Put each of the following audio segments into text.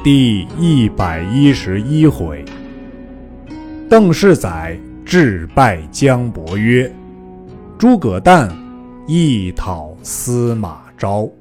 第111回。邓氏载致拜姜伯曰：诸葛诞亦讨司马昭。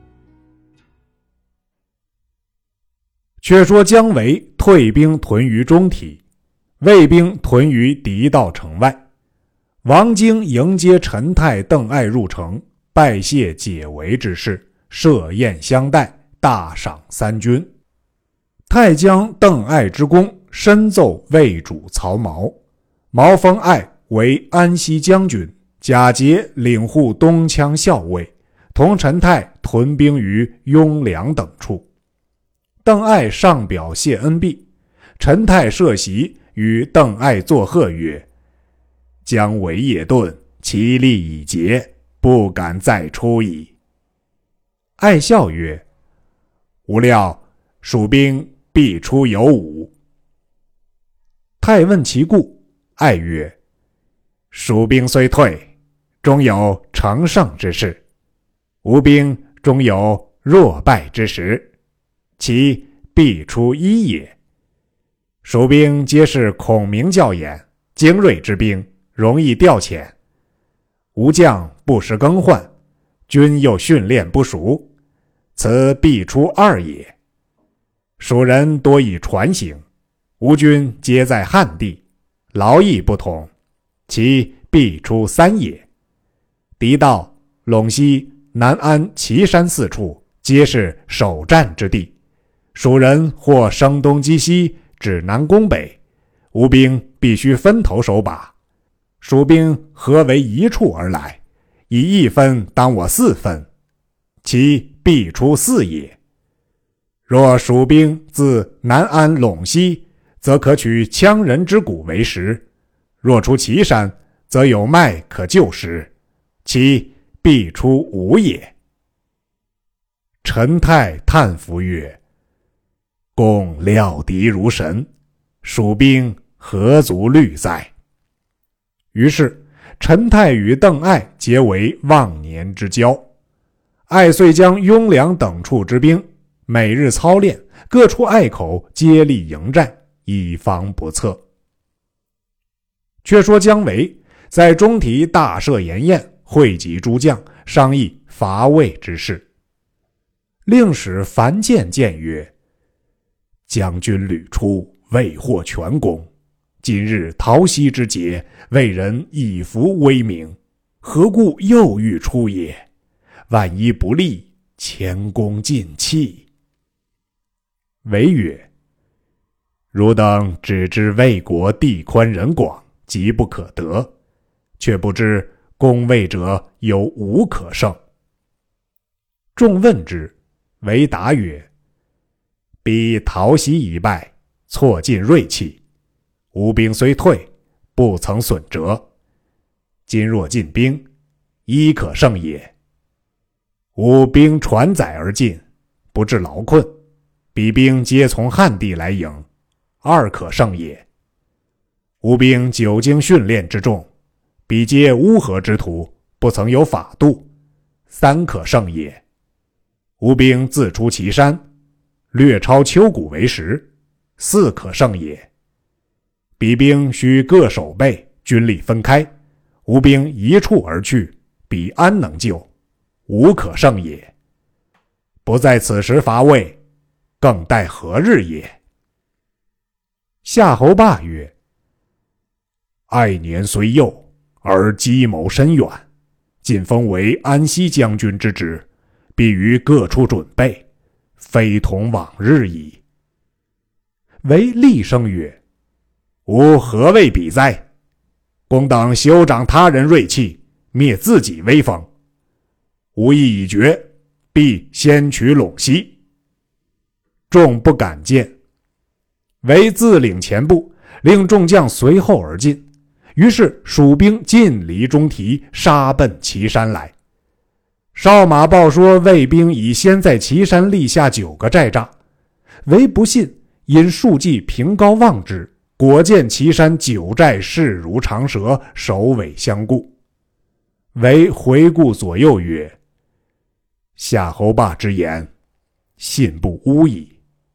却说姜维退兵屯于中提，魏兵屯于狄道城外。王经迎接陈泰、邓艾入城，拜谢解围之事，设宴相待，大赏3军。泰将邓艾之功深奏魏主曹髦，毛封艾为安西将军，假节领护东羌校尉，同陈泰屯兵于雍凉等处。邓艾上表谢恩毕，陈泰设席与邓艾作贺曰：姜维夜遁，其力已竭，不敢再出矣。艾笑曰：吾料蜀兵必出有五。泰问其故，艾曰：蜀兵虽退，终有乘胜之势，吴兵终有弱败之时，其必出一也。蜀兵皆是孔明教演，精锐之兵，容易调遣，吴将不时更换，军又训练不熟，此必出二也。蜀人多以船行，吴军皆在汉地，劳役不同，其必出三也。狄道、陇西、南安、岐山四处皆是首战之地，蜀人或声东击西，指南攻北，吴兵必须分头守把。蜀兵合为一处而来，以一分当我4分，其必出4也。若蜀兵自南安、陇西，则可取羌人之谷为食；若出岐山，则有麦可就食，其必出5也。陈泰叹服曰：公料敌如神，蜀兵何足虑哉？于是陈泰与邓艾结为忘年之交。艾遂将雍凉等处之兵每日操练，各处隘口接力迎战，以防不测。却说姜维在中提大设筵宴，汇集诸将，商议伐魏之事。令使樊建谏曰：将军屡出，未获全功，今日讨西之节，魏人以服威名，何故又欲出也？万一不利，前功尽弃。维曰：汝等只知魏国地宽人广，急不可得，却不知攻魏者有无可胜。众问之，维答曰：彼讨西已败，挫尽锐气，吴兵虽退，不曾损折，今若进兵，一可胜也。吴兵船载而进，不致劳困，彼兵皆从汉地来迎，二可胜也。吴兵久经训练之众，彼皆乌合之徒，不曾有法度，三可胜也。吴兵自出岐山，略超丘谷为食，四可胜也。彼兵须各守备，军力分开，吴兵一处而去，彼安能救？无可胜也。不在此时伐魏，更待何日也？夏侯霸曰：艾年虽幼，而计谋深远，今封为安西将军之职，必于各处准备，非同往日矣。维厉声曰：吾何谓彼哉？公等休长他人锐气，灭自己威风。吾意已决，必先取陇西。众不敢谏，维自领前部，令众将随后而进。于是蜀兵尽离中提，杀奔岐山来。少马报说魏兵已先在岐山立下9个寨栅，维不信，因数骑凭高望之，果见岐山9寨势如长蛇，首尾相顾。维回顾左右曰：夏侯霸之言，信不诬矣。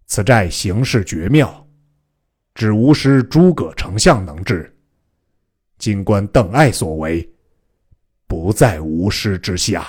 此寨形势绝妙，只吾师诸葛丞相能治。今观邓艾所为，不在吾师之下。”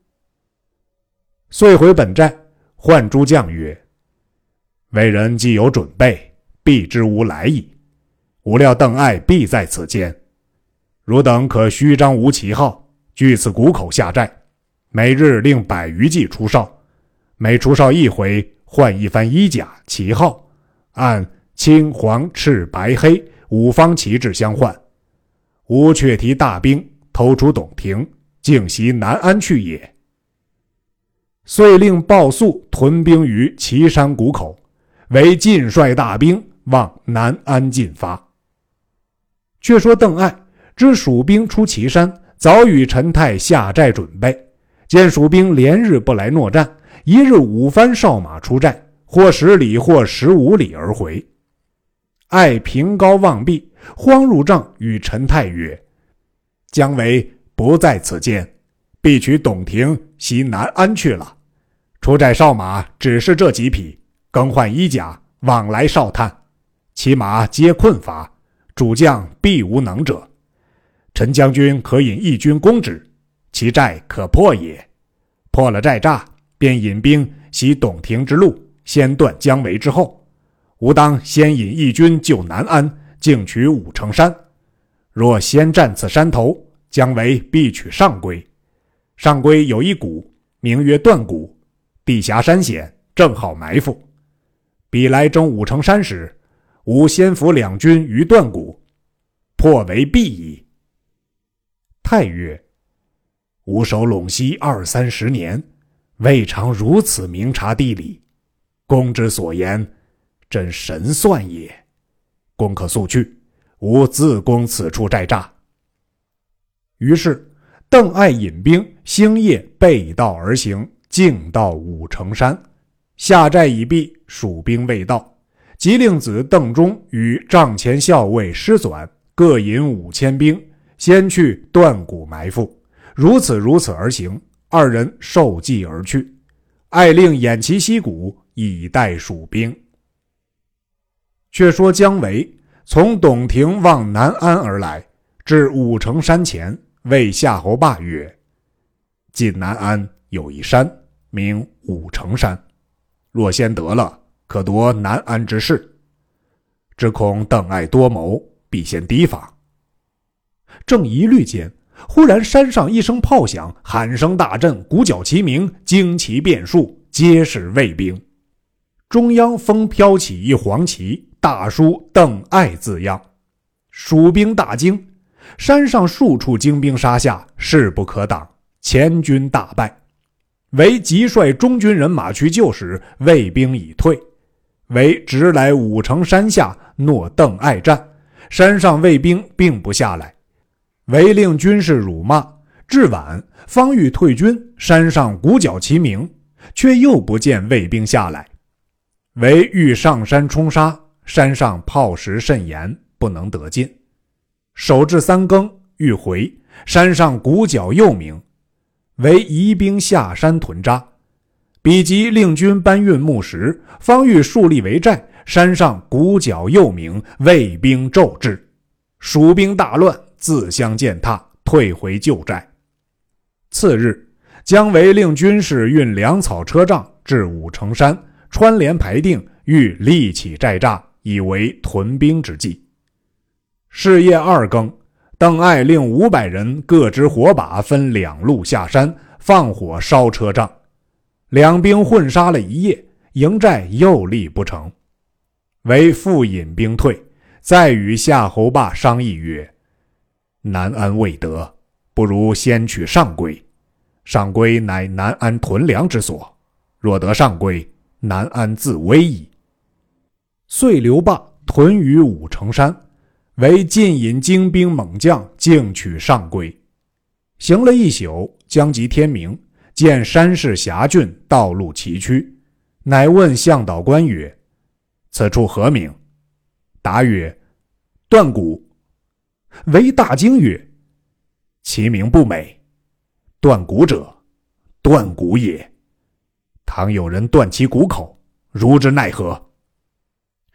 遂回本寨，唤诸将曰：“为人既有准备，必知吾来矣。吾料邓艾必在此间，汝等可虚张吾旗号，据此谷口下寨，每日令100余骑出哨，每出哨一回，换一番衣甲旗号，按青黄赤白黑5方旗帜相换。吾却提大兵偷出董庭，径袭南安去也。”遂令鲍肃屯兵于岐山谷口，为尽率大兵往南安进发。却说邓艾知蜀兵出岐山，早与陈泰下寨准备，见蜀兵连日不来搦战，一日5番哨马出寨，或10里或15里而回。艾凭高望壁，慌入帐，与陈泰曰：“姜维不在此间，必取董庭袭南安去了。出寨哨马只是这几匹，更换衣甲，往来哨探，骑马皆困乏，主将必无能者。陈将军可引义军攻之，其寨可破也。破了寨栅，便引兵袭董庭之路，先断姜维之后。吾当先引义军救南安，径取武城山。若先占此山头，姜维必取上邽。上邽有一谷，名曰断谷，地狭山险，正好埋伏。彼来征武城山时，吾先伏2军于断谷，破为必矣。”泰曰：“吾守陇西20-30年，未尝如此明察地理。公之所言，真神算也。公可速去，吾自攻此处寨栅。”于是邓艾引兵星夜背道而行，径到武城山。下寨已毕，蜀兵未到，即令子邓忠与帐前校尉师纂各引5000兵，先去断谷埋伏。如此而行，2人受计而去。艾令掩其溪谷，以待蜀兵。却说姜维从董庭往南安而来，至武城山前，谓夏侯霸曰：“近南安有一山，名武城山，若先得了，可夺南安之势。只恐邓艾多谋，必先提防。”正疑虑间，忽然山上一声炮响，喊声大震，鼓角齐鸣，旌旗遍数，皆是魏兵。中央风飘起一黄旗，大书邓艾字样。蜀兵大惊，山上数处精兵杀下，势不可挡，前军大败。为急率中军人马去救时，魏兵已退。为直来武城山下，诺邓艾战，山上魏兵并不下来。为令军士辱骂，至晚方欲退军，山上鼓角齐鸣，却又不见魏兵下来。为欲上山冲杀，山上炮石甚严，不能得进。守至3更，欲回，山上鼓角又鸣。为移兵下山屯扎。彼即令军搬运木石，方欲树立为寨，山上鼓角又鸣，魏兵骤至。蜀兵大乱，自相践踏，退回旧寨。次日，姜维令军士运粮草车仗至武城山，穿连排定，欲立起寨栅，以为屯兵之计。是夜2更，邓艾令500人各执火把，分2路下山，放火烧车仗。两兵混杀了一夜，营寨又立不成。为复引兵退，再与夏侯霸商议曰：“南安未得，不如先取上邽。上邽乃南安屯粮之所，若得上邽，南安自危矣。”遂留霸屯于武城山，为尽引精兵猛将，径取上邽。行了一宿，将及天明，见山势狭峻，道路崎岖，乃问向导官曰：“此处何名？”答曰：“断谷。”为大惊曰：“其名不美，断谷者，断骨也。倘有人断其谷口，如之奈何？”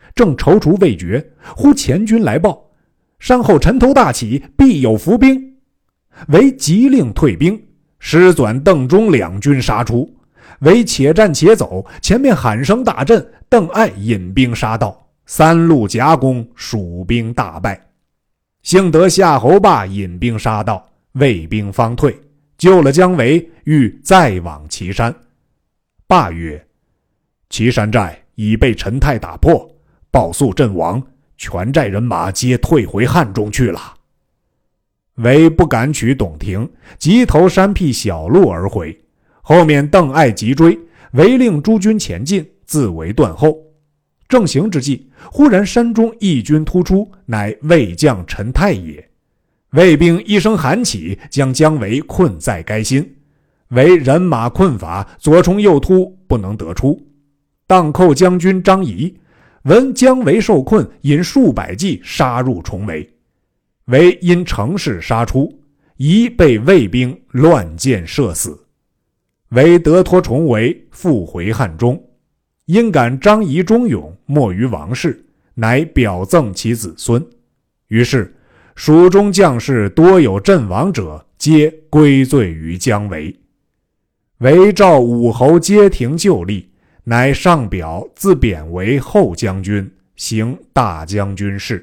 正踌躇未决，忽前军来报，山后尘头大起，必有伏兵。为急令退兵，师纂、邓忠两军杀出。为且战且走，前面喊声大震，邓艾引兵杀到，三路夹攻，蜀兵大败。幸得夏侯霸引兵杀到，魏兵方退，救了姜维，欲再往岐山。霸曰：岐山寨已被陈泰打破，报速阵亡，全寨人马皆退回汉中去了。韦不敢取董亭，急投山僻小路而回。后面邓艾急追，韦令诸军前进，自为断后。正行之际，忽然山中一军突出，乃魏将陈泰也。魏兵一声喊起，将姜维困在该心。为人马困乏，左冲右突，不能得出。荡寇将军张仪闻姜维受困，引数百骑杀入重围。为因乘势杀出，仪被魏兵乱箭射死。为得脱重围，复回汉中。因感张仪忠勇，莫于王室，乃表赠其子孙。于是蜀中将士多有阵亡者，皆归罪于姜维。韦召武侯皆停就立，乃上表自贬为后将军，行大将军事。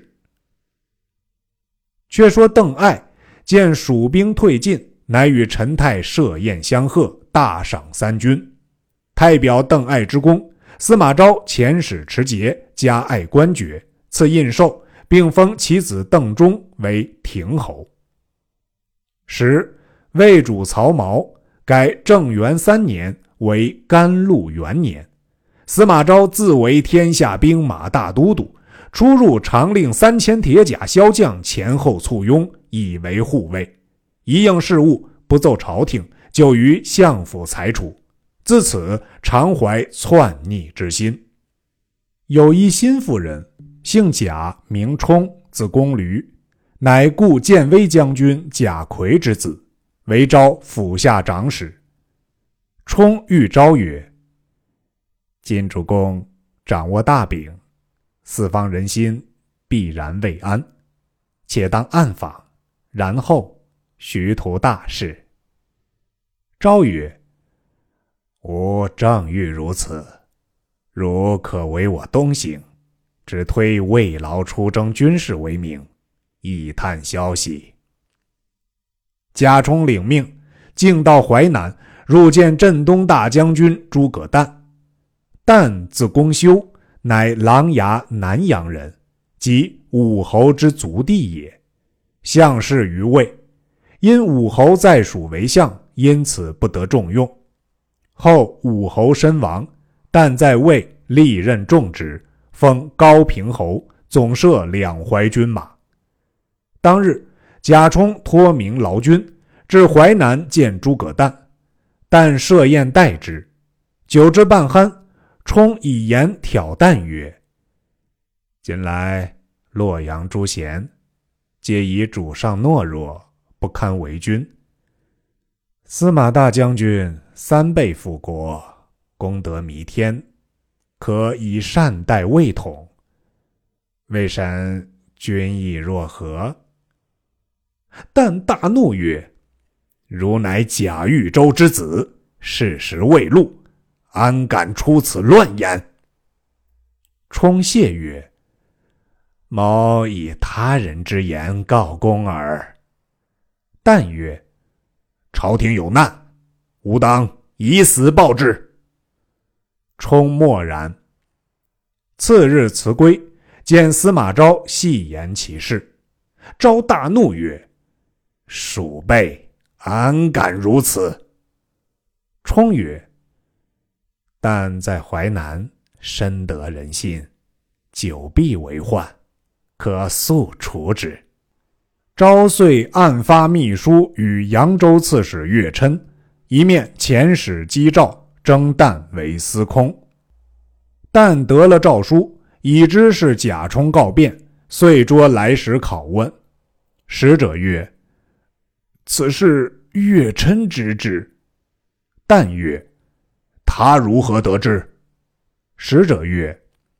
却说邓艾见蜀兵退进，乃与陈泰设宴相贺，大赏三军。太表邓艾之功，司马昭遣使持节，加艾官爵，赐印绶，并封其子邓忠为亭侯。时魏主曹髦改正元3年为甘露元年，司马昭自为天下兵马大都督，出入常令3000铁甲骁将前后簇拥，以为护卫。一应事务不奏朝廷，就于相府裁处。自此常怀篡逆之心。有一新妇人，姓贾，名冲，字公驴，乃故建威将军贾逵之子，为昭府下长史。冲谕昭曰：今主公掌握大柄，四方人心必然未安，且当暗访，然后徐图大事。昭曰：吾正欲如此，如可为我东行，只推慰劳出征军事为名，一探消息。贾充领命，径到淮南，入见镇东大将军诸葛诞。诞字公修，乃琅琊南阳人，即武侯之族弟也，相事于魏。因武侯在蜀为相，因此不得重用。后武侯身亡，但在魏历任重职，封高平侯，总摄2淮军马。当日贾充托名劳军，至淮南见诸葛诞，但设宴待之。酒至半酣，充以言挑诞曰：近来洛阳诸贤皆以主上懦弱，不堪为君。司马大将军3倍复国，功德弥天，可以善待魏统。魏神君意若何？但大怒曰：汝乃贾豫州之子，事实未露，安敢出此乱言？充谢曰：某以他人之言告公耳。但曰：朝廷有难，吾当以死报之。充默然。次日辞归，见司马昭细言其事。昭大怒曰：鼠辈安敢如此？充曰：但在淮南深得人心，久必为患，可速除之。昭遂暗发密书与扬州刺史岳琛，一面遣使击诏，征诞为司空。但得了诏书，已知是贾充告变，遂捉来使拷问。使者曰：此事岳琛知之。但曰：他如何得知？使者曰：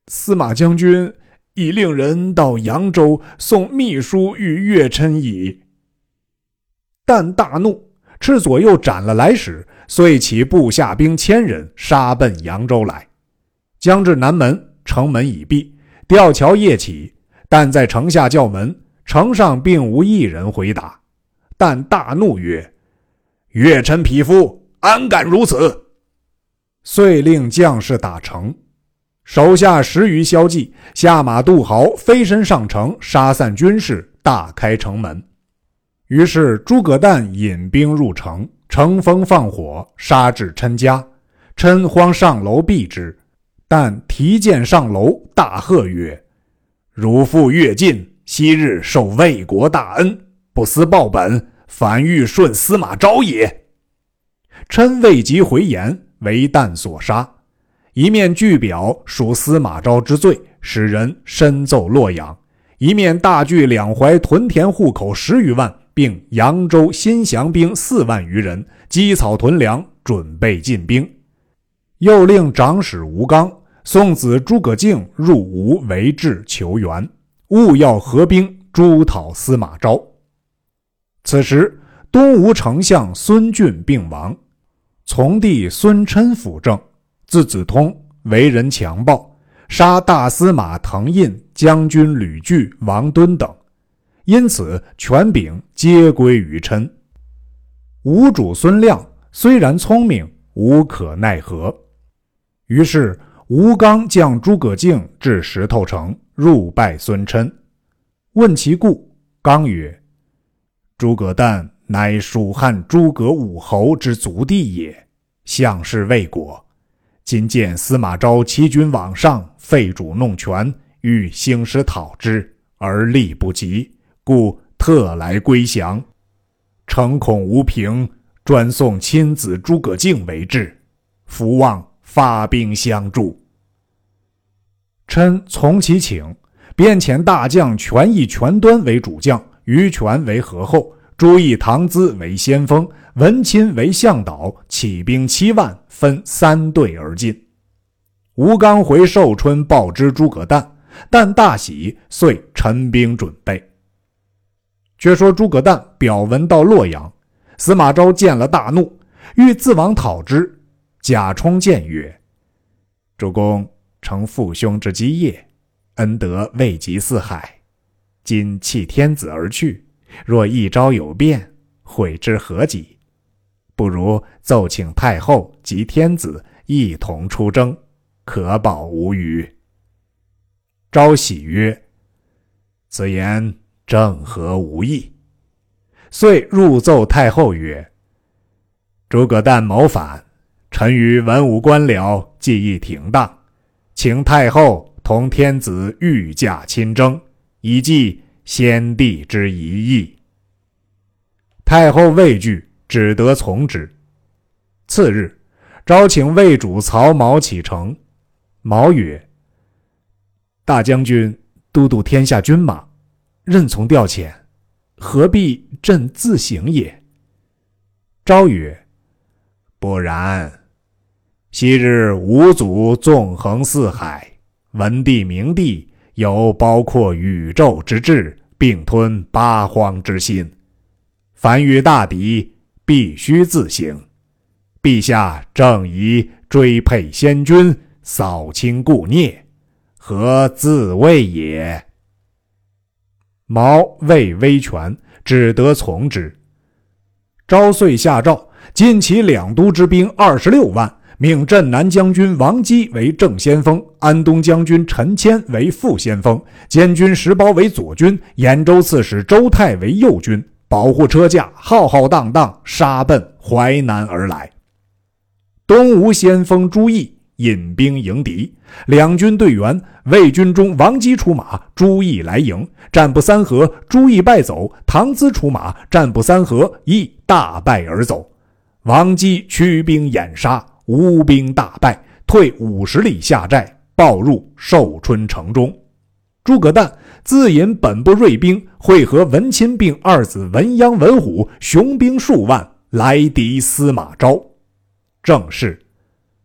司马将军已令人到扬州送密书与岳琛矣。但大怒，斥左右斩了来使，遂起部下兵1000人，杀奔扬州来。将至南门，城门已闭，吊桥夜起，但在城下叫门，城上并无一人回答。但大怒曰：岳琛匹夫，安敢如此！遂令将士打城。手下10余骁骑下马渡壕，飞身上城，杀散军士，大开城门。于是诸葛诞引兵入城，乘风放火，杀至琛家。琛慌上楼避之，但提剑上楼，大喝曰：汝父越晋，昔日受魏国大恩，不思报本，反欲顺司马昭也。琛未及回言，为诞所杀。一面具表属司马昭之罪，使人申奏洛阳；一面大据两淮屯田户口10余万，并扬州新降兵4万余人，积草屯粮，准备进兵。又令长史吴刚、宋子诸葛敬入吴为质求援，务要合兵诛讨司马昭。此时东吴丞相孙峻病亡，从弟孙琛辅政。字子通，为人强暴，杀大司马滕胤、将军吕据、王敦等，因此权柄皆归于琛。吴主孙亮虽然聪明，无可奈何。于是吴刚将诸葛敬至石头城，入拜孙琛，问其故。刚曰：诸葛诞乃蜀汉诸葛武侯之族弟也，相视魏国。今见司马昭欺君罔上，废主弄权，欲兴师讨之，而力不及，故特来归降。诚恐无凭，专送亲子诸葛敬为质，伏望发兵相助。琛从其请，便遣大将权益、权端为主将，于权为合后，朱义、唐咨为先锋，文钦为向导，起兵7万，分3队而进。吴刚回寿春报知诸葛诞，但大喜，遂陈兵准备。却说诸葛诞表文到洛阳，司马昭见了大怒，欲自往讨之。贾充谏曰：主公承父兄之基业，恩德未及四海，今弃天子而去，若一朝有变，悔之何及？不如奏请太后及天子一同出征，可保无虞。昭喜曰：此言正合吾意。遂入奏太后曰：诸葛诞谋反，臣于文武官僚计议挺当，请太后同天子御驾亲征，以继先帝之遗意。太后畏惧，只得从之。次日，昭请魏主曹髦启程。毛曰：大将军都督天下军马，任从调遣，何必朕自行也？昭曰：不然，昔日吾祖纵横四海，文帝明帝有包括宇宙之志，并吞八荒之心，凡遇大敌，必须自行。陛下正宜追配先君，扫清故孽，何自卫也？毛畏威权，只得从之。昭遂下诏，尽其2都之兵26万，命镇南将军王基为正先锋，安东将军陈谦为副先锋，监军石苞为左军，兖州刺史周泰为右军，保护车驾，浩浩荡荡杀奔淮南而来。东吴先锋朱义引兵迎敌，两军队员，魏军中王基出马，朱义来迎，战不3合，朱义败走，唐咨出马，战不3合，亦大败而走。王基驱兵掩杀，吴兵大败，退50里下寨，报入寿春城中。诸葛诞自引本部锐兵，会合文钦并二子文鸯、文虎，雄兵数万，来敌司马昭。正是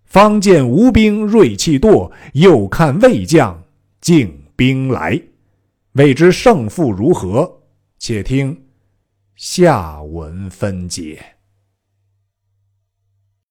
方见吴兵锐气堕，又看魏将进兵来。未知胜负如何？且听下文分解。